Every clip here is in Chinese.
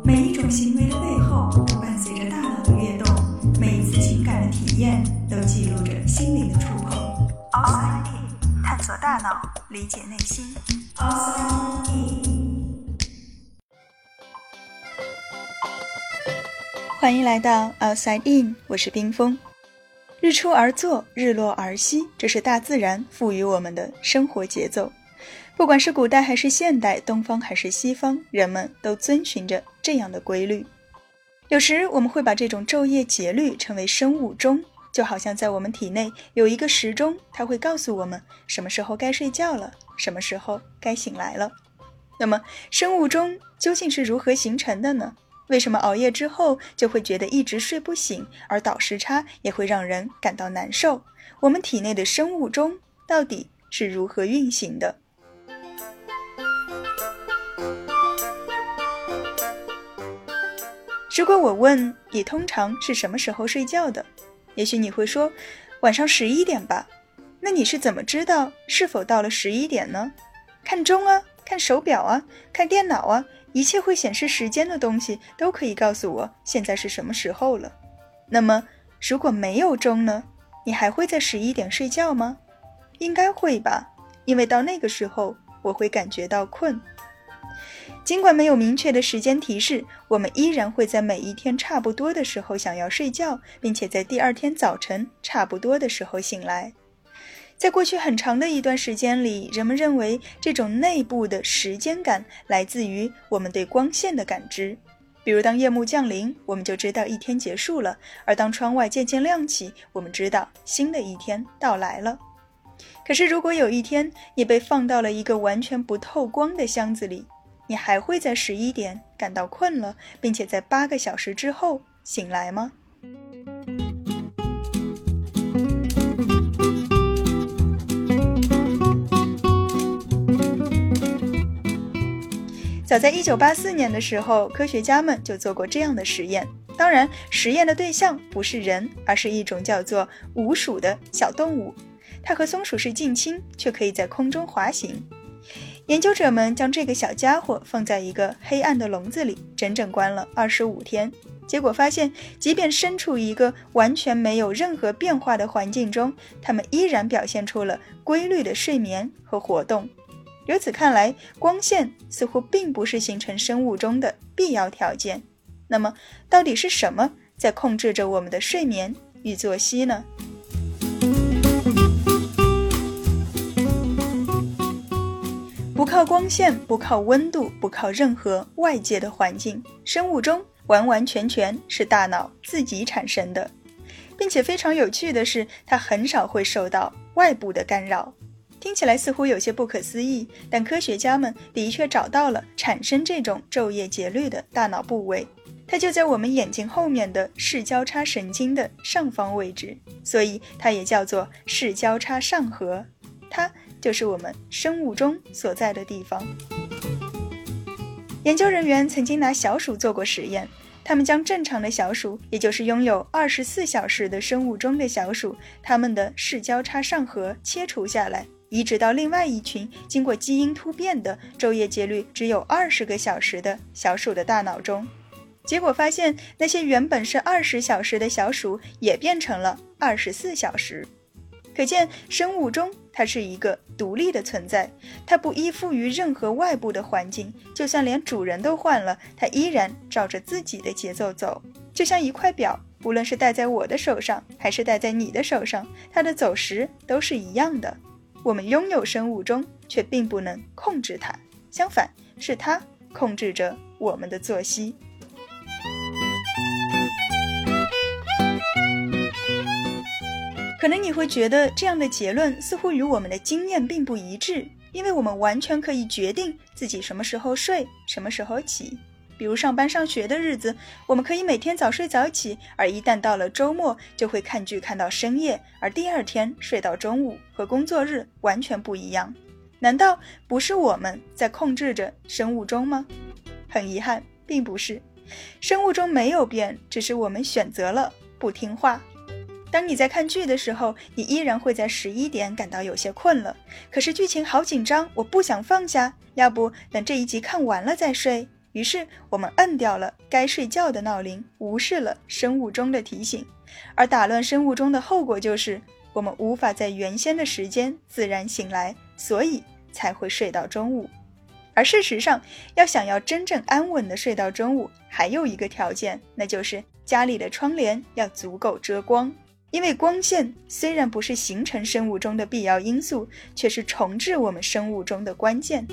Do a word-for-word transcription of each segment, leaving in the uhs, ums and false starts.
每一种行为的背后都伴随着大脑的跃动，每一次情感的体验都记录着心灵的触碰。Outside In， 探索大脑，理解内心。Outside In， 欢迎来到 Outside In， 我是冰峰。日出而作，日落而息，这是大自然赋予我们的生活节奏。不管是古代还是现代，东方还是西方，人们都遵循着这样的规律。有时我们会把这种昼夜节律称为生物钟，就好像在我们体内有一个时钟，它会告诉我们什么时候该睡觉了，什么时候该醒来了。那么生物钟究竟是如何形成的呢？为什么熬夜之后就会觉得一直睡不醒，而倒时差也会让人感到难受？我们体内的生物钟到底是如何运行的？如果我问你通常是什么时候睡觉的，也许你会说晚上十一点吧。那你是怎么知道是否到了十一点呢？看钟啊，看手表啊，看电脑啊，一切会显示时间的东西都可以告诉我现在是什么时候了。那么如果没有钟呢？你还会在十一点睡觉吗？应该会吧，因为到那个时候我会感觉到困。尽管没有明确的时间提示，我们依然会在每一天差不多的时候想要睡觉，并且在第二天早晨差不多的时候醒来。在过去很长的一段时间里，人们认为这种内部的时间感来自于我们对光线的感知。比如当夜幕降临，我们就知道一天结束了，而当窗外渐渐亮起，我们知道新的一天到来了。可是如果有一天你被放到了一个完全不透光的箱子里，你还会在十一点感到困了，并且在八个小时之后醒来吗？早在一九八四年的时候，科学家们就做过这样的实验。当然，实验的对象不是人，而是一种叫做鼯鼠的小动物。它和松鼠是近亲，却可以在空中滑行。研究者们将这个小家伙放在一个黑暗的笼子里，整整关了二十五天。结果发现，即便身处一个完全没有任何变化的环境中，它们依然表现出了规律的睡眠和活动。由此看来，光线似乎并不是形成生物钟的必要条件。那么，到底是什么在控制着我们的睡眠与作息呢？不靠光线，不靠温度，不靠任何外界的环境，生物钟完完全全是大脑自己产生的，并且非常有趣的是，它很少会受到外部的干扰。听起来似乎有些不可思议，但科学家们的确找到了产生这种昼夜节律的大脑部位，它就在我们眼睛后面的视交叉神经的上方位置，所以它也叫做视交叉上核，它就是我们生物钟所在的地方。研究人员曾经拿小鼠做过实验，他们将正常的小鼠，也就是拥有二十四小时的生物钟的小鼠，它们的视交叉上核切除下来，移植到另外一群经过基因突变的昼夜节律只有二十个小时的小鼠的大脑中。结果发现，那些原本是二十小时的小鼠也变成了二十四小时。可见生物钟它是一个独立的存在，它不依附于任何外部的环境，就算连主人都换了，它依然照着自己的节奏走。就像一块表，无论是戴在我的手上还是戴在你的手上，它的走时都是一样的。我们拥有生物钟，却并不能控制它，相反，是它控制着我们的作息。可能你会觉得这样的结论似乎与我们的经验并不一致，因为我们完全可以决定自己什么时候睡，什么时候起。比如上班上学的日子，我们可以每天早睡早起，而一旦到了周末，就会看剧看到深夜，而第二天睡到中午，和工作日完全不一样。难道不是我们在控制着生物钟吗？很遗憾，并不是。生物钟没有变，只是我们选择了不听话。当你在看剧的时候，你依然会在十一点感到有些困了，可是剧情好紧张，我不想放下，要不等这一集看完了再睡。 于是我们摁掉了该睡觉的闹铃，无视了生物钟的提醒，而打乱生物钟的后果就是我们无法在原先的时间自然醒来，所以才会睡到中午。而事实上，要想要真正安稳地睡到中午，还有一个条件，那就是家里的窗帘要足够遮光。因为光线虽然不是形成生物钟的必要因素，却是重置我们生物钟的关键。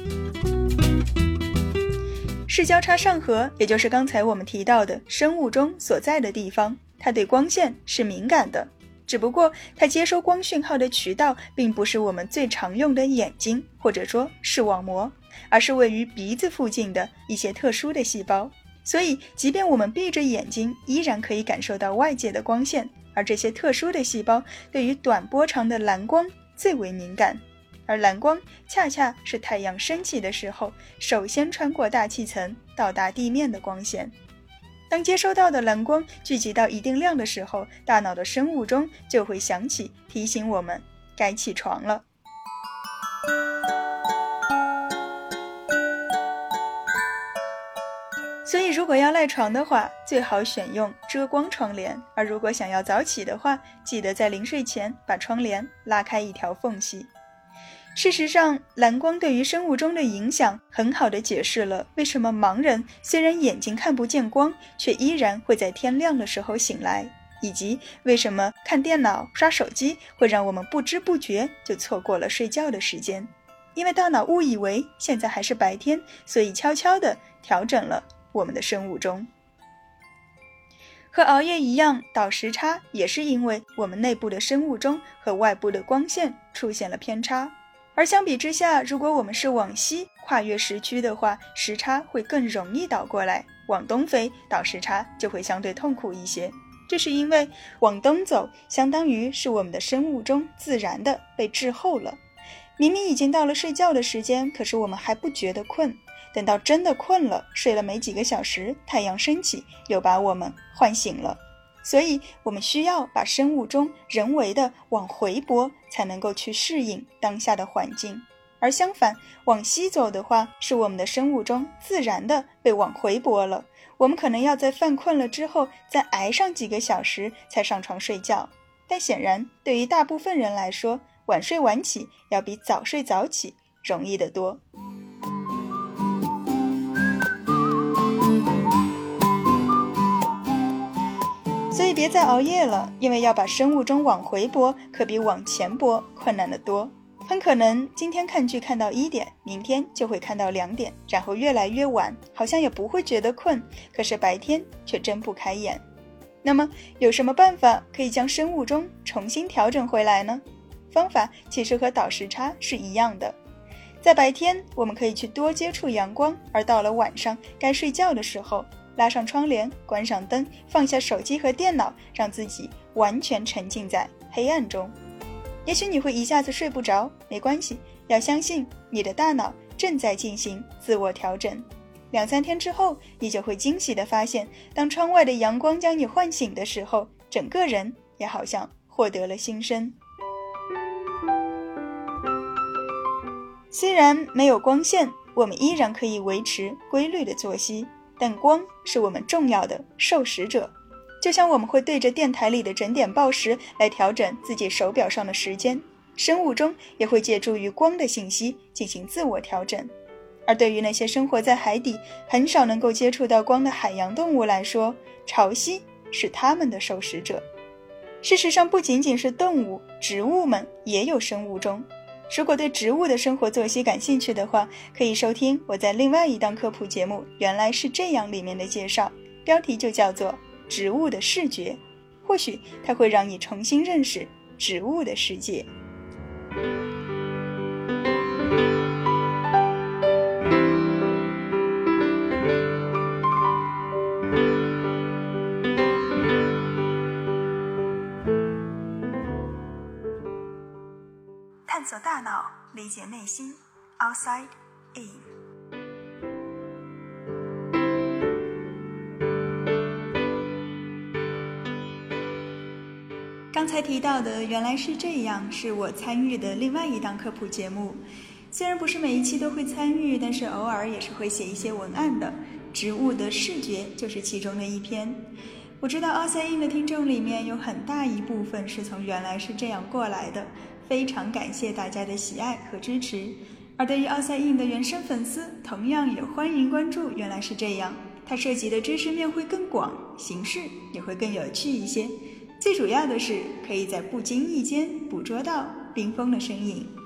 视交叉上核，也就是刚才我们提到的生物钟所在的地方，它对光线是敏感的，只不过它接收光讯号的渠道并不是我们最常用的眼睛，或者说视网膜，而是位于鼻子附近的一些特殊的细胞。所以即便我们闭着眼睛，依然可以感受到外界的光线，而这些特殊的细胞对于短波长的蓝光最为敏感。而蓝光恰恰是太阳升起的时候首先穿过大气层到达地面的光线。当接收到的蓝光聚集到一定量的时候，大脑的生物钟就会响起，提醒我们该起床了。所以如果要赖床的话，最好选用遮光窗帘，而如果想要早起的话，记得在临睡前把窗帘拉开一条缝隙。事实上，蓝光对于生物钟的影响很好地解释了为什么盲人虽然眼睛看不见光，却依然会在天亮的时候醒来，以及为什么看电脑、刷手机会让我们不知不觉就错过了睡觉的时间。因为大脑误以为现在还是白天，所以悄悄地调整了我们的生物钟。和熬夜一样，倒时差也是因为我们内部的生物钟和外部的光线出现了偏差。而相比之下，如果我们是往西跨越时区的话，时差会更容易倒过来，往东飞倒时差就会相对痛苦一些。这是因为往东走相当于是我们的生物钟自然的被滞后了。明明已经到了睡觉的时间，可是我们还不觉得困，等到真的困了，睡了没几个小时，太阳升起又把我们唤醒了。所以我们需要把生物钟人为的往回拨，才能够去适应当下的环境。而相反，往西走的话，是我们的生物钟自然的被往回拨了。我们可能要在犯困了之后再挨上几个小时才上床睡觉。但显然对于大部分人来说，晚睡晚起要比早睡早起容易得多。所以别再熬夜了，因为要把生物钟往回拨，可比往前拨困难得多。很可能今天看剧看到一点，明天就会看到两点，然后越来越晚，好像也不会觉得困，可是白天却睁不开眼。那么有什么办法可以将生物钟重新调整回来呢？方法其实和倒时差是一样的。在白天我们可以去多接触阳光，而到了晚上该睡觉的时候，拉上窗帘，关上灯，放下手机和电脑，让自己完全沉浸在黑暗中。也许你会一下子睡不着，没关系，要相信你的大脑正在进行自我调整。两三天之后，你就会惊喜地发现，当窗外的阳光将你唤醒的时候，整个人也好像获得了新生。虽然没有光线，我们依然可以维持规律的作息，但光是我们重要的受时者。就像我们会对着电台里的整点报时来调整自己手表上的时间，生物钟也会借助于光的信息进行自我调整。而对于那些生活在海底很少能够接触到光的海洋动物来说，潮汐是它们的受时者。事实上，不仅仅是动物，植物们也有生物钟。如果对植物的生活作息感兴趣的话，可以收听我在另外一档科普节目《原来是这样》里面的介绍，标题就叫做植物的视觉，或许它会让你重新认识植物的世界。探索大脑，理解内心 Outside In。 刚才提到的原来是这样，是我参与的另外一档科普节目。虽然不是每一期都会参与，但是偶尔也是会写一些文案的。 植物的视觉就是其中的一篇。我知道奥赛印的听众里面有很大一部分是从原来是这样过来的，非常感谢大家的喜爱和支持。而对于奥赛印的原生粉丝，同样也欢迎关注原来是这样，它涉及的知识面会更广，形式也会更有趣一些，最主要的是可以在不经意间捕捉到冰封的身影。